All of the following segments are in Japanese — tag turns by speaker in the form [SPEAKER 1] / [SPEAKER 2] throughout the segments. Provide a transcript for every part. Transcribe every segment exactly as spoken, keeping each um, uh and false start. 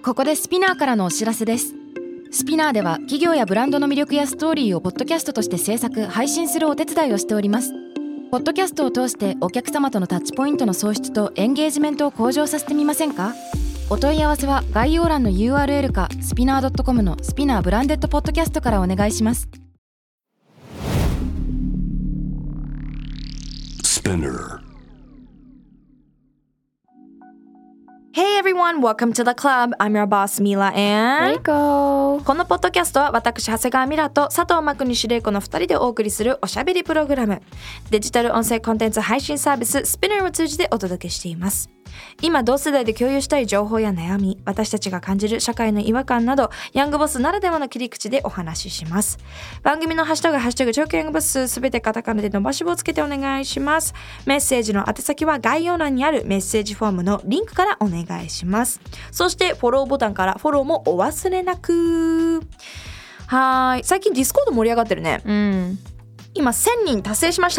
[SPEAKER 1] ここでスピナーからのお知らせです。スピナーでは企業やブランドの魅力やストーリーをポッドキャストとして制作・配信するお手伝いをしております。ポッドキャストを通してお客様とのタッチポイントの創出とエンゲージメントを向上させてみませんか？お問い合わせは概要欄の ユーアールエル かスピナー ドットコム のスピナーブランデッドポッドキャストからお願いします。
[SPEAKER 2] Spinner.
[SPEAKER 3] Hey everyone, welcome to the club. I'm your boss Mila and
[SPEAKER 1] Reiko。
[SPEAKER 3] このポッドキャストは私長谷川ミラと佐藤真国司令子のふたりでお送りするおしゃべりプログラム。デジタル音声コンテンツ配信サービス Spinner を通じてお届けしています。今同世代で共有したい情報や悩み、私たちが感じる社会の違和感など、ヤングボスならではの切り口でお話しします。番組のハッシュタグ、ハッシュタグ、長期ヤングボス、すべてカタカナで伸ばし棒をつけてお願いします。メッセージの宛先は概要欄にあるメッセージフォームのリンクからお願いします。そしてフォローボタンからフォローもお忘れなく。はーい、最近ディスコード盛り上がってるね。
[SPEAKER 1] うん。
[SPEAKER 3] 今せんにん達成しました。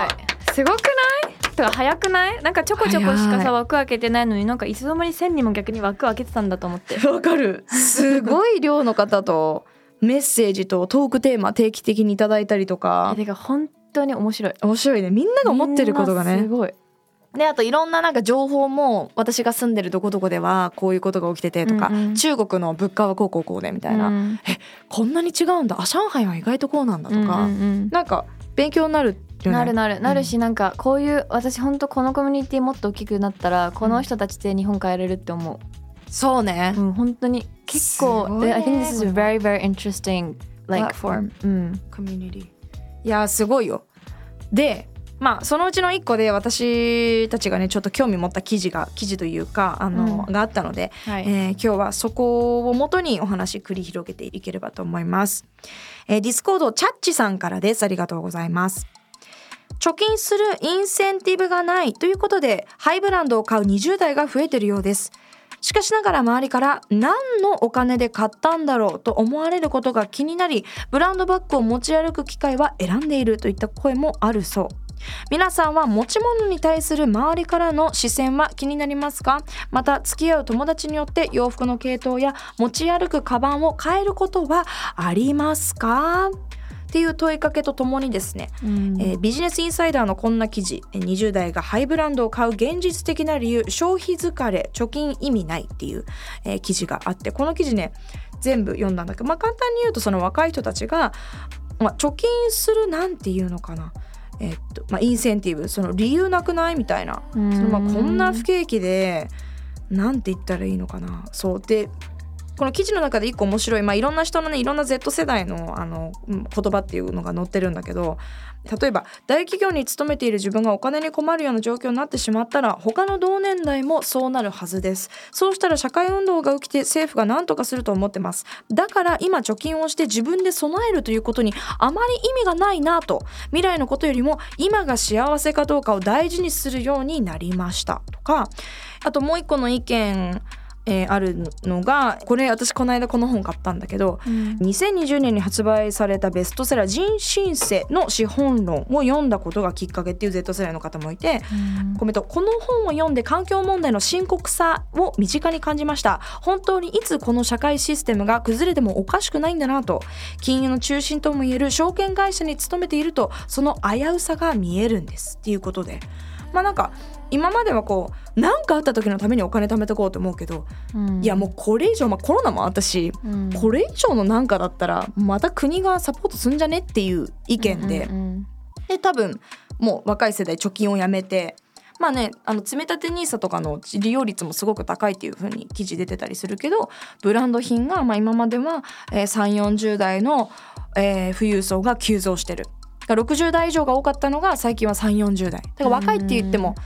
[SPEAKER 1] すごい。すごくない？てか早くない？なんかちょこちょこしかさ枠開けてないのに、なんかいつの間にせんにんも逆に枠開けてたんだと思って。
[SPEAKER 3] わかる。すごい量の方とメッセージとトークテーマ定期的にいただいたりとか。
[SPEAKER 1] てか本当に面白い。
[SPEAKER 3] 面白いね。みんなが思ってることがね。
[SPEAKER 1] すごい。
[SPEAKER 3] で、あといろんななんか情報も、私が住んでるどこどこではこういうことが起きててとか、うんうん、中国の物価はこうこうこうでみたいな、うん、えこんなに違うんだ、あ上海は意外とこうなんだとか、うんうんうん、なんか勉強になるよね。
[SPEAKER 1] なるなるなるし、うん、なんかこういう私本当このコミュニティもっと大きくなったらこの人たちで日本変えれるって思う、
[SPEAKER 3] うん、そうね、
[SPEAKER 1] うん、本当に結構、ね、I think this is a very very interesting like
[SPEAKER 3] platform、うん、コミュニティ。いやすごいよ。でまあそのうちの一個で私たちがねちょっと興味持った記事が記事というかあの、うん、があったので、はい、えー、今日はそこを元にお話繰り広げていければと思います。えー、ディスコードチャッチさんからです。ありがとうございます。貯金するインセンティブがないということでハイブランドを買うにじゅう代が増えているようです。しかしながら周りから何のお金で買ったんだろうと思われることが気になり、ブランドバッグを持ち歩く機会は選んでいるといった声もあるそう。皆さんは持ち物に対する周りからの視線は気になりますか？また付き合う友達によって洋服の系統や持ち歩くカバンを変えることはありますか？っていう問いかけとともにですね、うんえー、ビジネスインサイダーのこんな記事、にじゅう代がハイブランドを買う現実的な理由、消費疲れ貯金意味ないっていう、えー、記事があって、この記事ね全部読んだんだけど、まあ、簡単に言うとその若い人たちが、まあ、貯金するなんていうのかな、えっとまあ、インセンティブ、その理由なくないみたいな、そのまあこんな不景気でなんて言ったらいいのかな。そうでこの記事の中で一個面白い、まあ、いろんな人のねいろんな Z 世代の、あの言葉っていうのが載ってるんだけど、例えば大企業に勤めている自分がお金に困るような状況になってしまったら他の同年代もそうなるはずです。そうしたら社会運動が起きて政府が何とかすると思ってます。だから今貯金をして自分で備えるということにあまり意味がないなと、未来のことよりも今が幸せかどうかを大事にするようになりましたとか、あともう一個の意見えー、あるのが、これ私この間この本買ったんだけど、うん、にせんにじゅうねんに発売されたベストセラー人新世の資本論を読んだことがきっかけっていう Z 世代の方もいて、うん、コメント、この本を読んで環境問題の深刻さを身近に感じました。本当にいつこの社会システムが崩れてもおかしくないんだなと、金融の中心ともいえる証券会社に勤めているとその危うさが見えるんですっていうことで、まあなんか今まではこう何かあった時のためにお金貯めとこうと思うけど、うん、いやもうこれ以上、まあ、コロナもあったし、うん、これ以上の何かだったらまた国がサポートすんじゃねっていう意見で、うんうんうん、で多分もう若い世代貯金をやめて、まあね、あの積立 ニーサ とかの利用率もすごく高いっていう風に記事出てたりするけど、ブランド品がまあ今までは、えー、さんじゅう、よんじゅう代の、えー、富裕層が急増してる。ろくじゅう代以上が多かったのが最近はさんじゅう、よんじゅう代だから、若いって言っても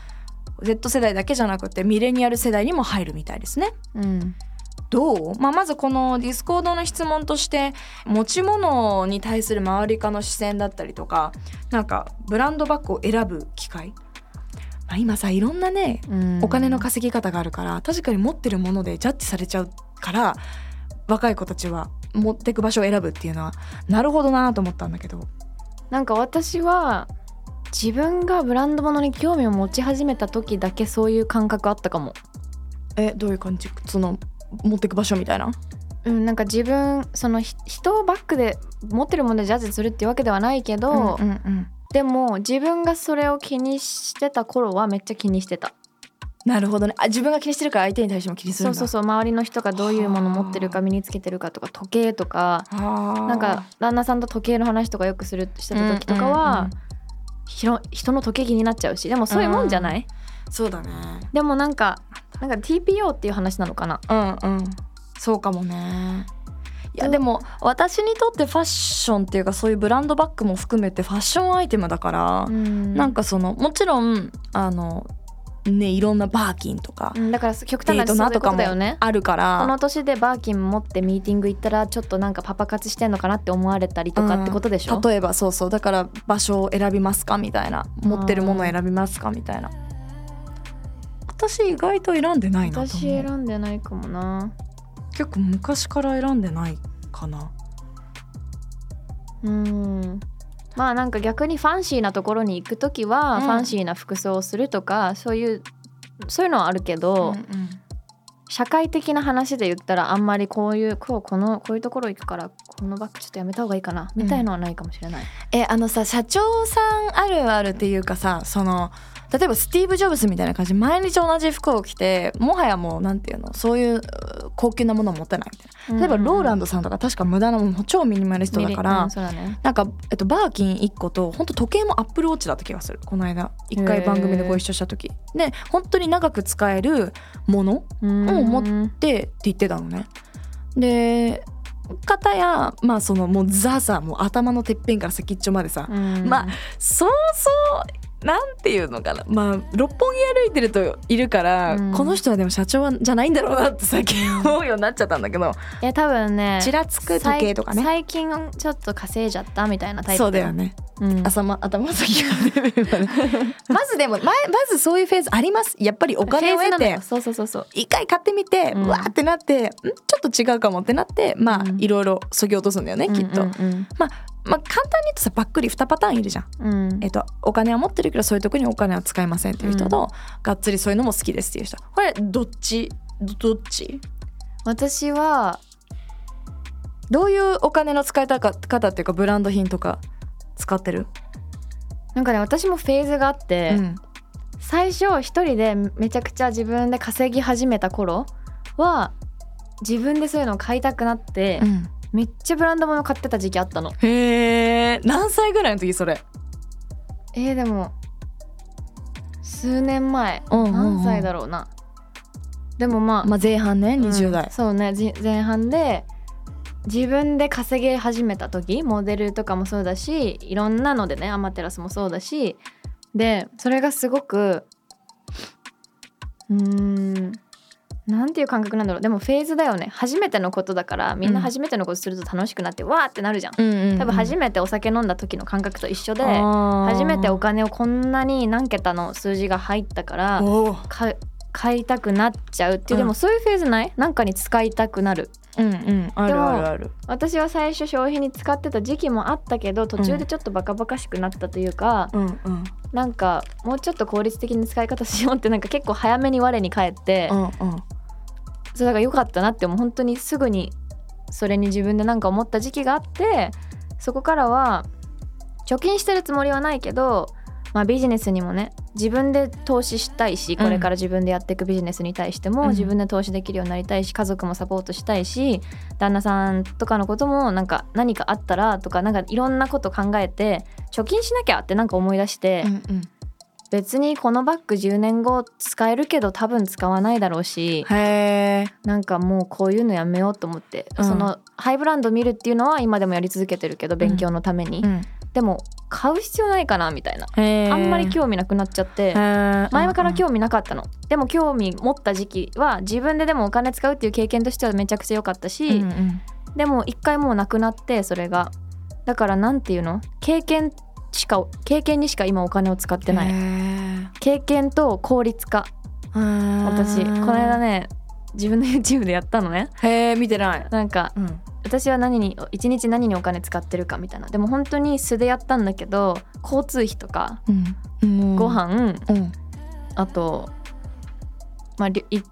[SPEAKER 3] Z 世代だけじゃなくてミレニアル世代にも入るみたいですね、うん、どう？まあ、まずこのディスコードの質問として持ち物に対する周りからの視線だったりとか、なんかブランドバッグを選ぶ機会、まあ、今さいろんなね、うん、お金の稼ぎ方があるから確かに持ってるものでジャッジされちゃうから、若い子たちは持ってく場所を選ぶっていうのはなるほどなと思ったんだけど、
[SPEAKER 1] なんか私は自分がブランド物に興味を持ち始めた時だけそういう感覚あったかも。
[SPEAKER 3] えどういう感じ？その持ってく場所みたいな。
[SPEAKER 1] うん、なんか自分その人をバックで持ってるものでジャッジするっていうわけではないけど、うんうんうん、でも自分がそれを気にしてた頃はめっちゃ気にしてた。
[SPEAKER 3] なるほどね。あ、自分が気にしてるから相手に対しても気にするんだ。
[SPEAKER 1] そうそうそう、周りの人がどういうもの持ってるか身につけてるかとか時計とか、なんか旦那さんと時計の話とかよくするしてた時とかは、うんうんうん、人の時計気になっちゃうし、でもそういうもんじゃない？
[SPEAKER 3] そうだね。
[SPEAKER 1] でもなんかなんか ティーピーオー っていう話なのかな。
[SPEAKER 3] うんうん、そうかもね。いやでも私にとってファッションっていうかそういうブランドバッグも含めてファッションアイテムだから、うん、なんかそのもちろんあのね、いろんなバーキンとか、
[SPEAKER 1] うん、だから極端なそういうことだよね。
[SPEAKER 3] あるから
[SPEAKER 1] この年でバーキン持ってミーティング行ったらちょっとなんかパパ活してんのかなって思われたりとかってことでしょ、
[SPEAKER 3] うん、例えばそうそう、だから場所を選びますかみたいな、持ってるものを選びますかみたいな。私意外と選んでないなと思う。
[SPEAKER 1] 私選んでないかもな。
[SPEAKER 3] 結構昔から選んでないかな。
[SPEAKER 1] うーん、まあなんか逆にファンシーなところに行くときは、うん、ファンシーな服装をするとかそういうそういうのはあるけど、うんうん、社会的な話で言ったらあんまりこういうこうこのこういうところ行くからこのバッグちょっとやめた方がいいかなみたいのはないかもしれない、うん、
[SPEAKER 3] えあのさ社長さんあるあるっていうかさ、その例えばスティーブ・ジョブズみたいな感じで毎日同じ服を着てもはやもうなんていうのそういう高級なものを持ってないみたいな、例えばローランドさんとか確か無駄なもの超ミニマリストだから、うんそうだね、なんか、えっと、バーキンいっこと本当時計もアップルウォッチだった気がする。この間一回番組でご一緒した時で本当に長く使えるものを持ってって言ってたのね。で方やまあそのもうザザもう頭のてっぺんから先っちょまでさ、まあそうそうなんていうのかな、まあ六本木歩いてるといるから、うん、この人はでも社長じゃないんだろうなって最近思うようになっちゃったんだけど、
[SPEAKER 1] いや多分ね
[SPEAKER 3] ちらつく時計とかね、
[SPEAKER 1] 最近ちょっと稼いじゃったみたいなタイプ。
[SPEAKER 3] そうだよね、うん、頭頭先がねまずでもままずそういうフェーズあります。やっぱりお金を得て
[SPEAKER 1] そうそうそうそう
[SPEAKER 3] 一回買ってみて、うん、うわーってなってんちょっと違うかもってなってまあ、うん、いろいろそぎ落とすんだよね、きっと、うんうんうん、まあまあ、簡単に言うとさばっくりにパターンいるじゃん、うんえっと、お金は持ってるけどそういうとこにお金は使えませんっていう人と、うん、がっつりそういうのも好きですっていう人、これどっちどっち？
[SPEAKER 1] 私は
[SPEAKER 3] どういうお金の使い方っていうかブランド品とか使ってる？
[SPEAKER 1] なんかね私もフェーズがあって、うん、最初一人でめちゃくちゃ自分で稼ぎ始めた頃は自分でそういうのを買いたくなって、うんめっちゃブランド物買ってた時期あったの。
[SPEAKER 3] へー、何歳ぐらいの時それ？
[SPEAKER 1] えー、でも数年前、うんうんうん、何歳だろうな。でもまあ、
[SPEAKER 3] まあ、前半ねにじゅう代、
[SPEAKER 1] うん、そうね前半で自分で稼ぎ始めた時、モデルとかもそうだしいろんなのでね、アマテラスもそうだしでそれがすごくうーんなんていう感覚なんだろう。でもフェーズだよね。初めてのことだからみんな初めてのことすると楽しくなって、うん、わーってなるじゃん、うんうんうん、多分初めてお酒飲んだ時の感覚と一緒で初めてお金をこんなに何桁の数字が入ったから買いたくなっちゃうっていう、うん、でもそういうフェーズない？なんかに使いたくなる。
[SPEAKER 3] うんうんあるあるある。
[SPEAKER 1] 私は最初消費に使ってた時期もあったけど途中でちょっとバカバカしくなったというか、うんうん、なんかもうちょっと効率的に使い方しようってなんか結構早めに我に返って、うんうん、そうだから良かったなってもう本当にすぐにそれに自分でなんか思った時期があって、そこからは貯金してるつもりはないけど、まあ、ビジネスにもね自分で投資したいし、これから自分でやっていくビジネスに対しても自分で投資できるようになりたいし、家族もサポートしたいし、旦那さんとかのこともなんか何かあったらとかなんかいろんなこと考えて貯金しなきゃってなんか思い出して、うんうん、別にこのバッグじゅうねんご使えるけど多分使わないだろうし、へーなんかもうこういうのやめようと思って、うん、そのハイブランド見るっていうのは今でもやり続けてるけど勉強のために、うんうんでも買う必要ないかなみたいな、あんまり興味なくなっちゃって、前から興味なかったの、うんうん、でも興味持った時期は自分ででもお金使うっていう経験としてはめちゃくちゃ良かったし、うんうん、でも一回もうなくなって、それがだからなんていうの経験しか経験にしか今お金を使ってない。経験と効率化。私この間ね自分の YouTube でやったのね。
[SPEAKER 3] へー見てない。
[SPEAKER 1] なんか、うん私は何にいちにち何にお金使ってるかみたいな。でも本当に素でやったんだけど交通費とか、うん、ご飯、うん、あと、まあ、い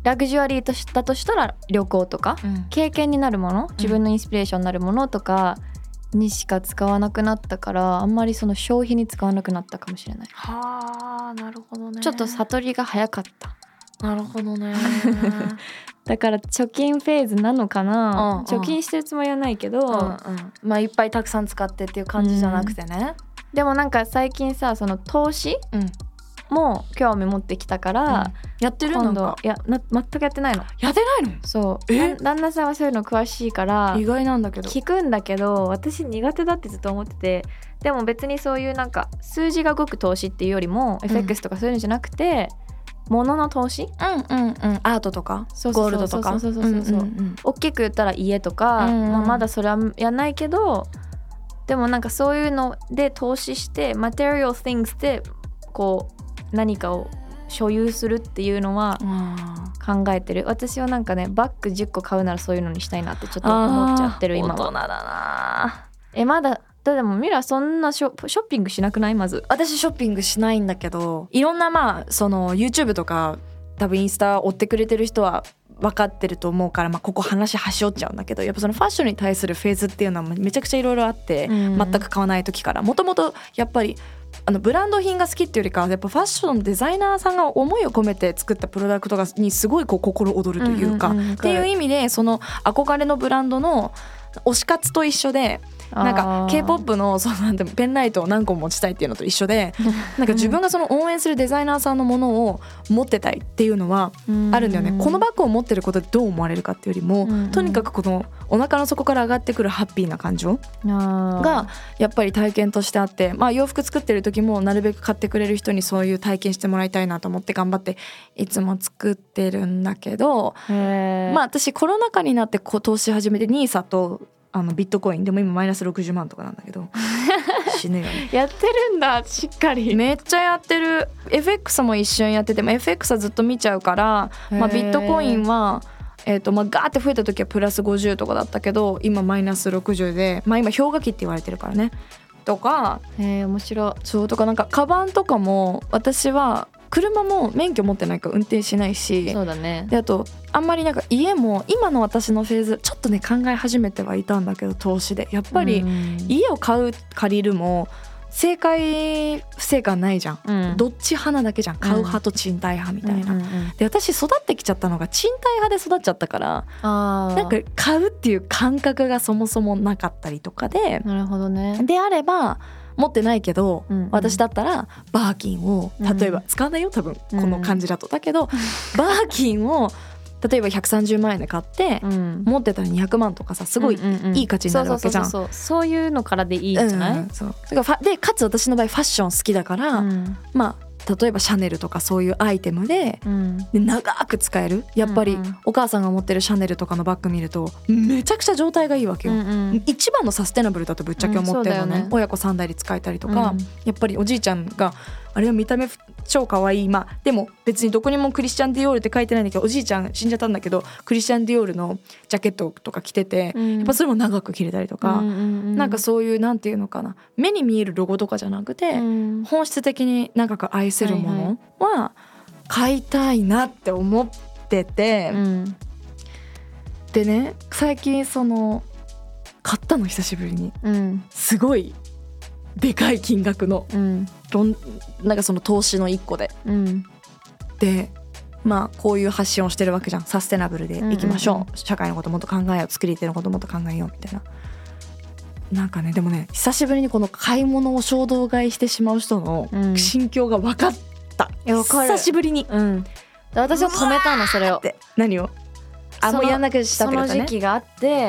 [SPEAKER 2] ラグジュアリーとしだとしたら旅行とか、うん、経験になるもの、自分のインスピレーションになるものとかにしか使わなくなったから、あんまりその消費に使わなくなったかもしれない。
[SPEAKER 3] はあ、なるほどね。
[SPEAKER 2] ちょっと悟りが早かった。
[SPEAKER 3] なるほどね
[SPEAKER 2] だから貯金フェーズなのかな、うんうん、貯金してるつもりはないけど、うんうん、
[SPEAKER 3] まあいっぱいたくさん使ってっていう感じじゃなくてね、
[SPEAKER 2] うん、でもなんか最近さ、その投資、うんもう興味持ってきたから、うん、
[SPEAKER 3] やってる？なんか
[SPEAKER 2] いやな全くやってないの。
[SPEAKER 3] やってないの？
[SPEAKER 2] そうえ旦那さんはそういうの詳しいから
[SPEAKER 3] 意外なんだけど
[SPEAKER 2] 聞くんだけど、私苦手だってずっと思ってて、でも別にそういうなんか数字が動く投資っていうよりも、うん、エフエックス とかそういうのじゃなくて物の投資、
[SPEAKER 3] うんうんうん、アートとかゴールドとか
[SPEAKER 2] 大きく言ったら家とか、うんうんまあ、まだそれはやんないけど、でもなんかそういうので投資してマテリアル things でこう何かを所有するっていうのは考えてる。私はなんかねバッグじゅっこ買うならそういうのにしたいなってちょっと思っちゃってる今は。
[SPEAKER 3] 大人だな。
[SPEAKER 2] えまだでもミラそんなショ、ショッピングしなくない？まず
[SPEAKER 3] 私ショッピングしないんだけど、いろんなまあその YouTube とか多分インスタ追ってくれてる人は分かってると思うから、まあ、ここ話端折っちゃうんだけど、やっぱそのファッションに対するフェーズっていうのはめちゃくちゃいろいろあって、うん、全く買わない時からもともとやっぱりあのブランド品が好きっていうよりかはやっぱファッションのデザイナーさんが思いを込めて作ったプロダクトがにすごいこう心躍るというか、うんうんうん、っていう意味でその憧れのブランドの推し活と一緒で、なんか K-ポップ のそのなんてペンライトを何個も持ちたいっていうのと一緒でなんか自分がその応援するデザイナーさんのものを持ってたいっていうのはあるんだよね。このバッグを持ってることでどう思われるかっていうよりも、とにかくこのお腹の底から上がってくるハッピーな感情がやっぱり体験としてあって、まあ洋服作ってる時もなるべく買ってくれる人にそういう体験してもらいたいなと思って頑張っていつも作ってるんだけど、まあ私コロナ禍になって投資始めて ニーサ とあのビットコインでも今マイナスろくじゅうまんとかなんだけど死ぬよね
[SPEAKER 2] やってるんだしっかり。
[SPEAKER 3] めっちゃやってる。 エフエックス も一瞬やってても エフエックス はずっと見ちゃうから、まあ、ビットコインはえーとまあ、ガーって増えた時はプラスごじゅうとかだったけど今マイナスろくじゅうで、まあ、今氷河期って言われてるからねとか。
[SPEAKER 2] へえ面白い。
[SPEAKER 3] そうとかなんかカバンとかも私は車も免許持ってないから運転しないし、
[SPEAKER 2] そうだね。
[SPEAKER 3] であとあんまりなんか家も今の私のフェーズちょっとね考え始めてはいたんだけど、投資でやっぱり家を買う借りるも正解不正解ないじゃん、うん、どっち派なだけじゃん、買う派と賃貸派みたいな、うんうんうん、で私育ってきちゃったのが賃貸派で育っちゃったから、あなんか買うっていう感覚がそもそもなかったりとかで、
[SPEAKER 2] なるほどね。
[SPEAKER 3] であれば持ってないけど、うんうん、私だったらバーキンを例えば、うん、使わないよ多分この感じだと、だけどバーキンを例えばひゃくさんじゅうまんえんで買って、うん、持ってたらにひゃくまんとかさすごいいい価値になるわけじゃん。
[SPEAKER 2] そういうのからでいいんじゃない、うん、
[SPEAKER 3] そうでかつ私の場合ファッション好きだから、うん、まあ例えばシャネルとかそういうアイテム で,、うん、で長く使える。やっぱりお母さんが持ってるシャネルとかのバッグ見るとめちゃくちゃ状態がいいわけよ、うんうん、一番のサステナブルだとぶっちゃけ思ってるのね、うん、親子さんだいで使えたりとか、うん、やっぱりおじいちゃんがあれは見た目超可愛い、まあでも別にどこにもクリスチャンディオールって書いてないんだけど、おじいちゃん死んじゃったんだけどクリスチャンディオールのジャケットとか着てて、うん、やっぱそれも長く着れたりとか、うんうんうん、なんかそういうなんていうのかな、目に見えるロゴとかじゃなくて、うん、本質的に長く愛せるものは買いたいなって思ってて、うん、でね最近その買ったの久しぶりに、うん、すごいでかい金額の、うん、なんかその投資の一個で、うん、でまあこういう発信をしてるわけじゃん。サステナブルでいきましょう、うんうんうん、社会のこともっと考えよう、作り手のこともっと考えようみたいな。なんかねでもね久しぶりにこの買い物を衝動買いしてしまう人の心境が分かった、うん、久しぶりに、うん、
[SPEAKER 2] 私は止めたのそれを。
[SPEAKER 3] 何をあもうやんなくしたってことね。
[SPEAKER 2] その時期があって、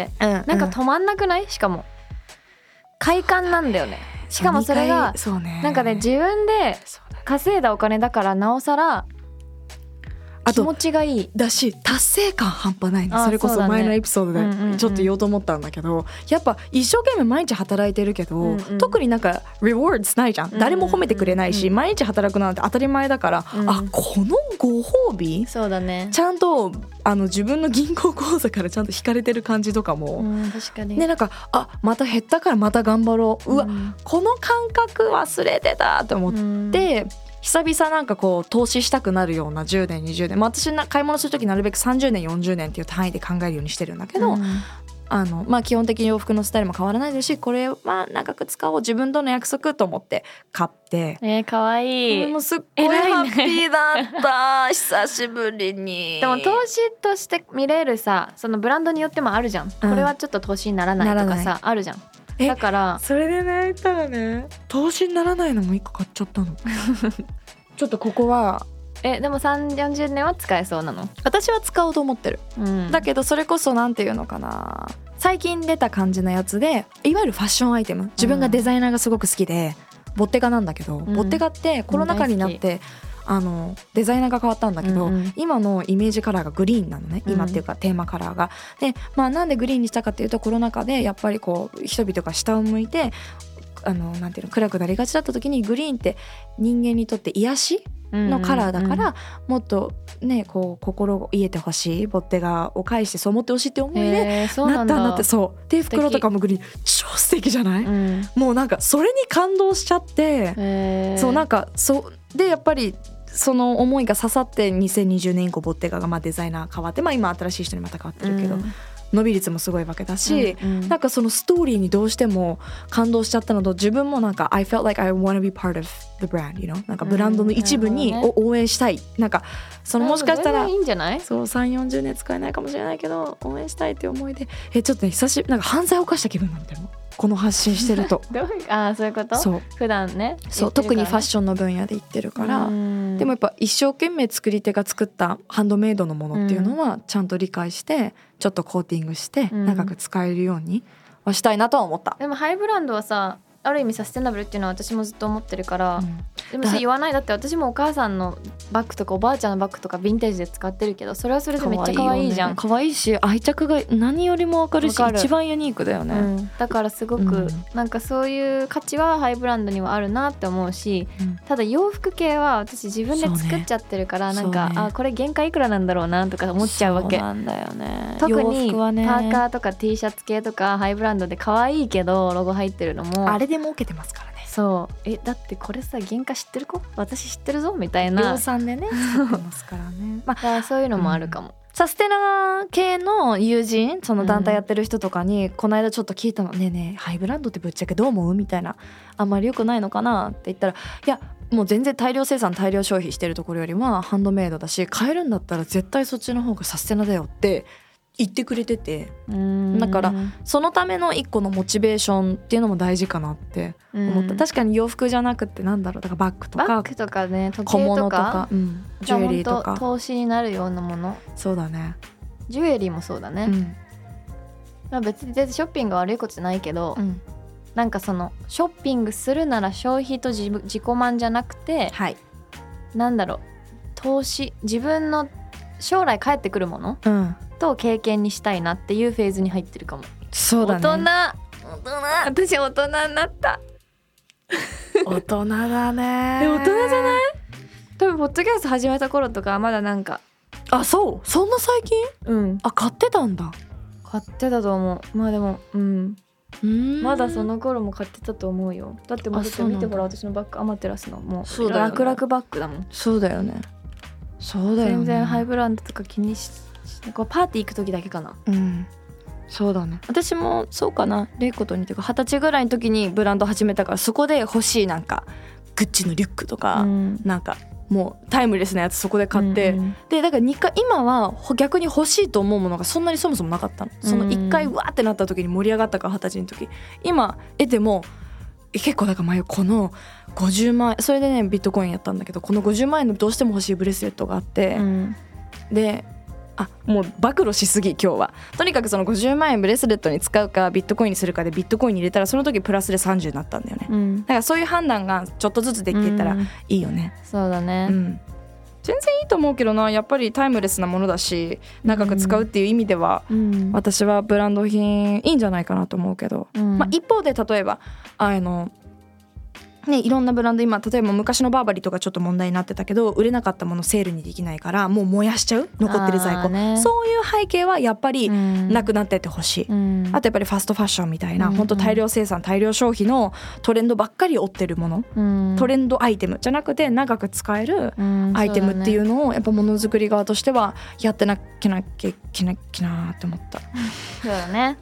[SPEAKER 2] うん、なんか止まんなくない？しかも快感なんだよね。しかもそれがそう、ね、なんかね自分で稼いだお金だからなおさら気持ちがいい
[SPEAKER 3] だし達成感半端ないの。それこそ前のエピソードでちょっと言おうと思ったんだけど、うんうんうん、やっぱ一生懸命毎日働いてるけど、うんうん、特になんかリワードないじゃん、うんうん、誰も褒めてくれないし、うんうん、毎日働くなんて当たり前だから、うん、あこのご褒美
[SPEAKER 2] そうだね
[SPEAKER 3] ちゃんとあの自分の銀行口座からちゃんと引かれてる感じとかも、
[SPEAKER 2] うん、確かに
[SPEAKER 3] ね、なんかあまた減ったからまた頑張ろう、うわ、うん、この感覚忘れてたと思って、うん、 久々なんかこう投資したくなるようなじゅうねんにじゅうねん、まあ、私な買い物する時なるべくさんじゅうねんよんじゅうねんっていう単位で考えるようにしてるんだけど、うん、あのまあ、基本的に洋服のスタイルも変わらないですし、これは長く使おう、自分との約束と思って買って、
[SPEAKER 2] えー、かわいい。
[SPEAKER 3] もうすっごいハッピーだった、ね、久しぶりに。
[SPEAKER 2] でも投資として見れるさ、そのブランドによってもあるじゃん、うん、これはちょっと投資にならないとかさあるじゃん。だから
[SPEAKER 3] それでね言ったらね、投資にならないのもいっこ買っちゃったのちょっとここは
[SPEAKER 2] えでもさんじゅう、よんじゅうねんは使えそうなの？
[SPEAKER 3] 私は使おうと思ってる、うん、だけどそれこそなんていうのかな、最近出た感じのやつで、いわゆるファッションアイテム、自分がデザイナーがすごく好きで、うん、ボッテガなんだけど、うん、ボッテガってコロナ禍になって、うん、あのデザイナーが変わったんだけど、うんうん、今のイメージカラーがグリーンなのね、今っていうかテーマカラーが。で、まあ、なんでグリーンにしたかっていうと、コロナ禍でやっぱりこう人々が下を向いて、あのなんていうの、暗くなりがちだった時に、グリーンって人間にとって癒しのカラーだから、うんうんうん、もっとねこう心を癒えてほしい、ボッテガを介してそう思ってほしいって思いでなったんだって。そうで袋とかもグリーン超素敵じゃない、うん、もうなんかそれに感動しちゃって、そうなんかそうでやっぱりその思いが刺さって、にせんにじゅうねん以降ボッテガがまあデザイナー変わって、まあ、今新しい人にまた変わってるけど、うん、伸び率もすごいわけだし、うんうん、なんかそのストーリーにどうしても感動しちゃったのと、自分もなんか I felt like I want to be part of the brand, you know? なんかブランドの一部に、うんね、応援したい、なんかそのもしかしたら
[SPEAKER 2] いいんじゃない？
[SPEAKER 3] そうさんじゅう、よんじゅうねん使えないかもしれないけど応援したいって思いで、えちょっとね久しぶりなんか犯罪を犯した気分なんだよ、この発信してると
[SPEAKER 2] どうああそういうこと？そう普段ね、
[SPEAKER 3] そう特にファッションの分野で言ってるから。でもやっぱ一生懸命作り手が作ったハンドメイドのものっていうのはちゃんと理解してちょっとコーティングして長く使えるようにはしたいなとは思った、
[SPEAKER 2] うん、でもハイブランドはさある意味サステナブルっていうのは私もずっと思ってるから、うん、でもそれ言わない。だって私もお母さんのバッグとかおばあちゃんのバッグとかヴィンテージで使ってるけど、それはそれでめっちゃ可愛いじゃん。
[SPEAKER 3] 可愛いし愛着が何よりも分かるし、一番ユニークだよね、うん、
[SPEAKER 2] だからすごく、うん、なんかそういう価値はハイブランドにはあるなって思うし、うん、ただ洋服系は私自分で作っちゃってるから、ね、なんか、ね、あこれ原価いくらなんだろうなとか思っちゃうわけ。
[SPEAKER 3] そうなんだよね。
[SPEAKER 2] 特にパーカーとか T シャツ系とかハイブランドで可愛いけどロゴ入ってるのも
[SPEAKER 3] あれで儲けてますからね。
[SPEAKER 2] そうえだってこれさ原価知ってる子私知ってるぞみたいな
[SPEAKER 3] 量産でね作ってますからね
[SPEAKER 2] まあそういうのもあるかも、うん、
[SPEAKER 3] サステナ系の友人、その団体やってる人とかにこの間ちょっと聞いたの、うん、ねえねえハイブランドってぶっちゃけどう思うみたいな、あんまり良くないのかなって言ったら、いやもう全然大量生産大量消費してるところよりはハンドメイドだし、買えるんだったら絶対そっちの方がサステナだよって言ってくれてて、だからそのための一個のモチベーションっていうのも大事かなって思った。確かに洋服じゃなくてなんだろう、だからバッグとか
[SPEAKER 2] バッグとかね、時計とか
[SPEAKER 3] 小物とか、うん、ジュエリーとか
[SPEAKER 2] 投資になるようなもの。
[SPEAKER 3] そうだね、
[SPEAKER 2] ジュエリーもそうだね、うん、まあ別に全然ショッピングは悪いことじゃないけど、うん、なんかそのショッピングするなら消費と 自, 自己満じゃなくて、はい、なんだろう投資、自分の将来返ってくるもの、うんと経験にしたいなっていうフェーズに入ってるかも。
[SPEAKER 3] そうだね。
[SPEAKER 2] 大人、大人、私大人になった。
[SPEAKER 3] 大人だね。
[SPEAKER 2] え、大人じゃない？多分ポッドキャスト始めた頃とかまだなんか、
[SPEAKER 3] あ、そう、そんな最近？
[SPEAKER 2] うん。
[SPEAKER 3] あ、買ってたんだ。
[SPEAKER 2] 買ってたと思う。まあでも、うん。うーんまだその頃も買ってたと思うよ。だってもうだって見てほら私のバッグアマテラスのもうそうだよね、楽々バッグだもん。
[SPEAKER 3] そうだよね。そうだよね。
[SPEAKER 2] 全然ハイブランドとか気にしこうパーティー行く時だけかな。
[SPEAKER 3] うん、そうだね。私もそうかな。レイコと似てるか二十歳ぐらいの時にブランド始めたから、そこで欲しいなんかグッチのリュックとか、うん、なんかもうタイムレスなやつそこで買って、うんうん、でだからにかい今は逆に欲しいと思うものがそんなにそもそもなかったの。そのいっかいわーってなった時に盛り上がったから二十歳の時、今得ても結構だから前このごじゅうまんえん、それでねビットコインやったんだけど、このごじゅうまんえんのどうしても欲しいブレスレットがあって、うん、であもう暴露しすぎ今日は。とにかくそのごじゅうまんえんブレスレットに使うかビットコインにするかでビットコインに入れたらその時プラスでさんじゅうになったんだよね、うん、だからそういう判断がちょっとずつできていったらいいよね、
[SPEAKER 2] うん、そうだね、
[SPEAKER 3] うん、全然いいと思うけどな。やっぱりタイムレスなものだし長く使うっていう意味では、うん、私はブランド品いいんじゃないかなと思うけど、うん、まあ、一方で例えばあのね、いろんなブランド今例えば昔のバーバリーとかちょっと問題になってたけど売れなかったものセールにできないからもう燃やしちゃう残ってる在庫、ね、そういう背景はやっぱりなくなってってほしい、うん、あとやっぱりファストファッションみたいな、うん、本当大量生産大量消費のトレンドばっかり追ってるもの、うん、トレンドアイテムじゃなくて長く使えるアイテムっていうのをやっぱものづくり側としてはやってなきゃなきゃいけなきゃなって思った。
[SPEAKER 2] そうだね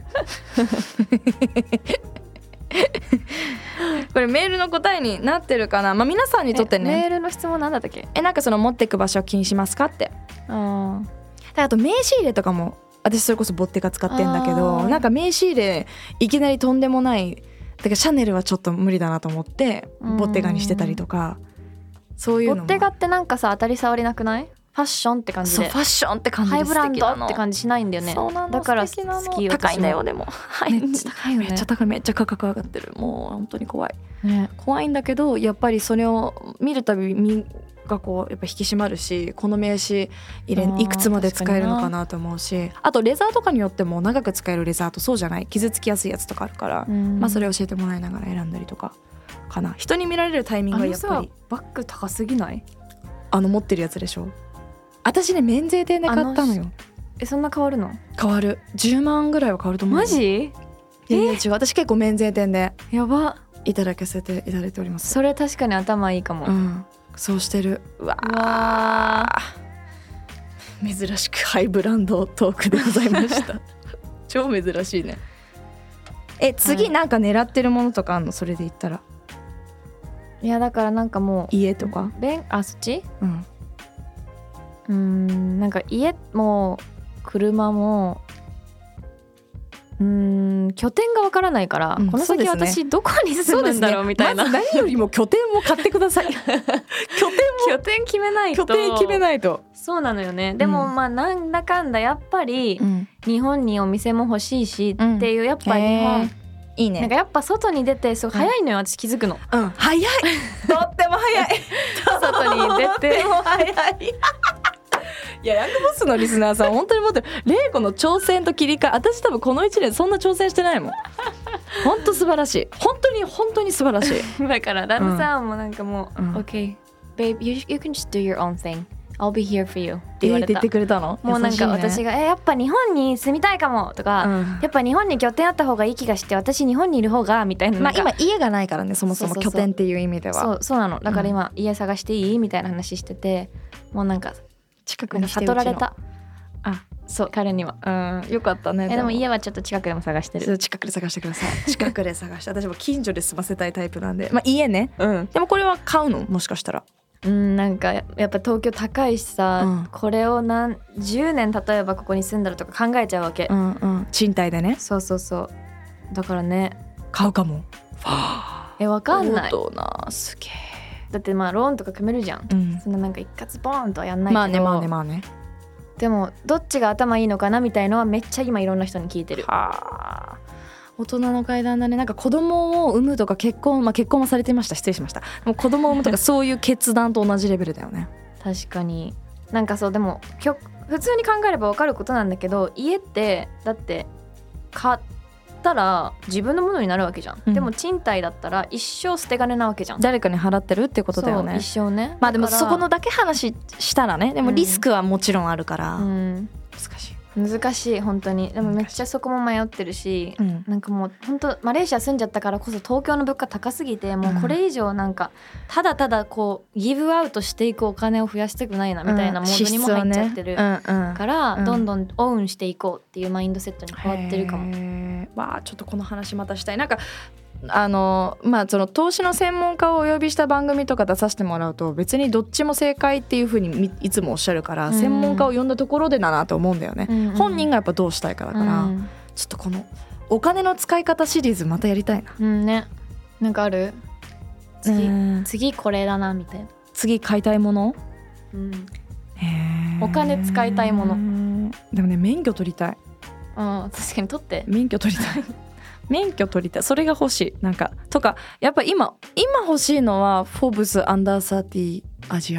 [SPEAKER 3] これメールの答えになってるかな、まあ、皆さんにとってね
[SPEAKER 2] メールの質問なんだったっけ。
[SPEAKER 3] えなんかその持っていく場所を気にしますかって。ああと名刺入れとかも私それこそボッテガ使ってんだけどなんか名刺入れいきなりとんでもないだからシャネルはちょっと無理だなと思ってボッテガにしてたりとかそういうのも。
[SPEAKER 2] ボッテガってなんかさ当たり障りなくない？ファッションって感じで。
[SPEAKER 3] そうファッションって感じで
[SPEAKER 2] ハイブランドって感じしないんだよね。
[SPEAKER 3] そうなの
[SPEAKER 2] だから好き。
[SPEAKER 3] 高いんだよでも、はい、めっちゃ高いよね。めっちゃ高いめっちゃ価格上がってるもう本当に怖い、ね、怖いんだけどやっぱりそれを見るたび身がこうやっぱ引き締まるしこの名刺入れいくつまで使えるのかなと思うし あ, あとレザーとかによっても長く使えるレザーとそうじゃない傷つきやすいやつとかあるから、まあ、それ教えてもらいながら選んだりとかかな。人に見られるタイミングはやっぱり
[SPEAKER 2] バッグ高すぎない？
[SPEAKER 3] あの持ってるやつでしょ。私ね免税店で買ったのよ。
[SPEAKER 2] えそんな変わるの？
[SPEAKER 3] 変わるじゅうまんぐらいは変わると思う。
[SPEAKER 2] マジ？
[SPEAKER 3] え違う私結構免税店で
[SPEAKER 2] やば
[SPEAKER 3] いただかせていただいております。
[SPEAKER 2] それ確かに頭いいかも、
[SPEAKER 3] うん、そうしてる。うわ
[SPEAKER 2] うわ
[SPEAKER 3] 珍しくハイブランドトークでございました超珍しいね。え次なんか狙ってるものとかあんの？それで言ったら。
[SPEAKER 2] いやだからなんかもう
[SPEAKER 3] 家とか
[SPEAKER 2] あそっち？
[SPEAKER 3] うん
[SPEAKER 2] うーんなんか家も車もうーん拠点がわからないから、うん、この先私どこに住むんだろうみたいな、
[SPEAKER 3] まず何よりも拠点を買ってください拠点も
[SPEAKER 2] 拠点決めないと
[SPEAKER 3] 拠点決めないと。
[SPEAKER 2] そうなのよね。でも、うん、まあなんだかんだやっぱり、うん、日本にお店も欲しいしっていうやっぱ日本いいね。なんかやっぱ外に出てすごい早いのよ、うん、私気づくの。
[SPEAKER 3] うん早いとっても早い
[SPEAKER 2] 外に出て
[SPEAKER 3] とっても早いいやヤングボスのリスナーさん本当に持ってる玲子の挑戦と切り替え。私多分このいちねんそんな挑戦してないもん本当素晴らしい本当に本当に素晴らしい
[SPEAKER 2] だから旦那さんもなんかもう、うん、OK babe you, you can just do your own thing I'll be here for you って言われた。
[SPEAKER 3] えー、って言ってくれたの？
[SPEAKER 2] もうなんか私が、ね、えやっぱ日本に住みたいかもとか、うん、やっぱ日本に拠点あった方がいい気がして私日本にいる方がみたいな。
[SPEAKER 3] まあ今家がないからねそもそも拠点っていう意味では。
[SPEAKER 2] そうそうなの。だから今、うん、家探していいみたいな話しててもうなんか
[SPEAKER 3] 近くにして
[SPEAKER 2] 悟られた。
[SPEAKER 3] あ
[SPEAKER 2] そう彼には。
[SPEAKER 3] うんよかったね。
[SPEAKER 2] えでも家はちょっと近くでも探してる。
[SPEAKER 3] 近くで探してください近くで探して私も近所で済ませたいタイプなんでまあ家ね、うん、でもこれは買うのもしかしたら。
[SPEAKER 2] うんなんかやっぱ東京高いしさ、うん、これを何じゅうねん例えばここに住んだらとか考えちゃうわけ、
[SPEAKER 3] うんうん、賃貸でね。
[SPEAKER 2] そうそうそうだからね
[SPEAKER 3] 買うかも。
[SPEAKER 2] えわかんない。
[SPEAKER 3] そうだなすげえ。
[SPEAKER 2] だってまあローンとか組めるじゃん、うん、そんななんか一括ボーンとはやんないけど。
[SPEAKER 3] まあねまあねまあね。
[SPEAKER 2] でもどっちが頭いいのかなみたいのはめっちゃ今いろんな人に聞いてる。
[SPEAKER 3] はあ大人の階段だね。なんか子供を産むとか結婚まあ結婚はされてました失礼しました。もう子供を産むとかそういう決断と同じレベルだよね
[SPEAKER 2] 確かに。なんかそうでも普通に考えれば分かることなんだけど家ってだって買ったら自分のものになるわけじゃん、うん、でも賃貸だったら一生捨て金なわけじゃん。
[SPEAKER 3] 誰かに払ってるってことだよね。
[SPEAKER 2] そう一生ね。
[SPEAKER 3] まあでもそこのだけ話したらねでもリスクはもちろんあるから、うん、難しい
[SPEAKER 2] 難しい本当に。でもめっちゃそこも迷ってるし、うん、なんかもう本当マレーシア住んじゃったからこそ東京の物価高すぎてもうこれ以上なんかただただこうギブアウトしていくお金を増やしたくないなみたいなモードにも入っちゃってるからどんどんオンしていこうっていうマインドセットに変わってるかも。
[SPEAKER 3] へー、わあちょっとこの話またしたい。なんかあのまあその投資の専門家をお呼びした番組とか出させてもらうと別にどっちも正解っていう風にいつもおっしゃるから、うん、専門家を呼んだところでだなと思うんだよね、うんうん、本人がやっぱどうしたいかだから、うん、ちょっとこのお金の使い方シリーズまたやりたいな、
[SPEAKER 2] うんね、なんかある？次、次これだなみたいな。
[SPEAKER 3] 次買いたいもの、
[SPEAKER 2] うん、へお金使いたいもの。
[SPEAKER 3] でもね免許取りたい。
[SPEAKER 2] あ確かに取って
[SPEAKER 3] 免許取りたい免許取りたい。それが欲しい。なんかとかやっぱ今今欲しいのはフォーブスアンダーサーティーアジア。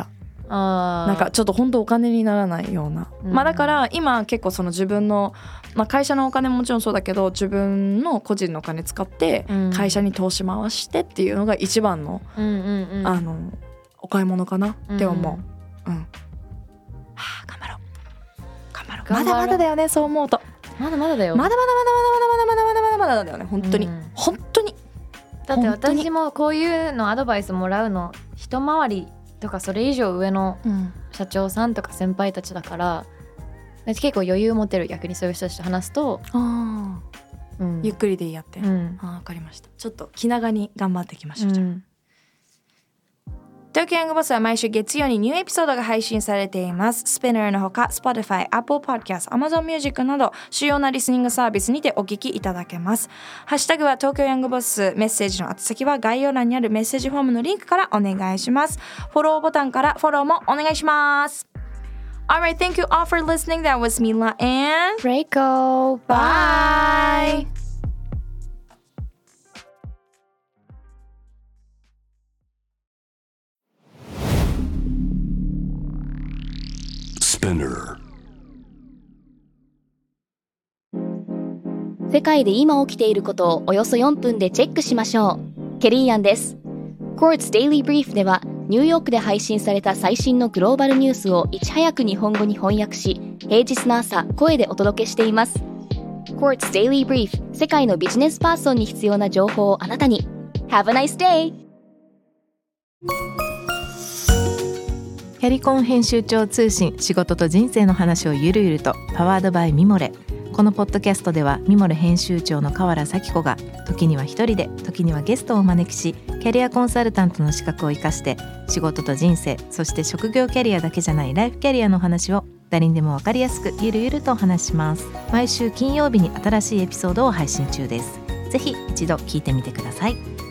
[SPEAKER 2] あ
[SPEAKER 3] なんかちょっと本当お金にならないような、うん、まあだから今結構その自分の、まあ、会社のお金ももちろんそうだけど自分の個人のお金使って会社に投資回してっていうのが一番の、うんうんうん、あのお買い物かなって思う、うんうん、はあ頑張ろう頑張ろうまだまだだよねそう思うと
[SPEAKER 2] まだまだだよ
[SPEAKER 3] まだまだまだまだまだまだまだまだまだだよね本当に、うん、本当に
[SPEAKER 2] だって私もこういうのアドバイスもらうの一回りとかそれ以上上の社長さんとか先輩たちだから、うん、結構余裕持てる逆にそういう人たちと話すと
[SPEAKER 3] あ、うん、ゆっくりでいいやって、うん、あ分かりましたちょっと気長に頑張っていきましょう、うん、じゃあ東京ヤングボスは毎週月曜にニューエピソードが配信されています。スピナーのほか Spotify、Apple Podcast、Amazon Music など主要なリスニングサービスにてお聞きいただけます。ハッシュタグは東京ヤングボス、メッセージの宛先は概要欄にあるメッセージフォームのリンクからお願いします。フォローボタンからフォローもお願いします。Alright, thank you all for listening. That was Mila and
[SPEAKER 2] Reiko.
[SPEAKER 3] Bye!
[SPEAKER 4] Spinner
[SPEAKER 5] 世界で今起きていることをおよそよんぷんでチェックしましょう。ケリーアンです。Quartz Daily Brief ではニューヨークで配信された最新のグローバルニュースをいち早く日本語に翻訳し、平日の朝声でお届けしています。Quartz Daily Brief 世界のビジネスパーソンに必要な情報をあなたに。Have a nice day!
[SPEAKER 6] キャリコン編集長通信仕事と人生の話をゆるゆるとパワードバイミモレ。このポッドキャストではミモレ編集長の河原咲子が時には一人で時にはゲストをお招きしキャリアコンサルタントの資格を生かして仕事と人生そして職業キャリアだけじゃないライフキャリアの話を誰にでも分かりやすくゆるゆるとお話します。毎週金曜日に新しいエピソードを配信中です。ぜひ一度聞いてみてください。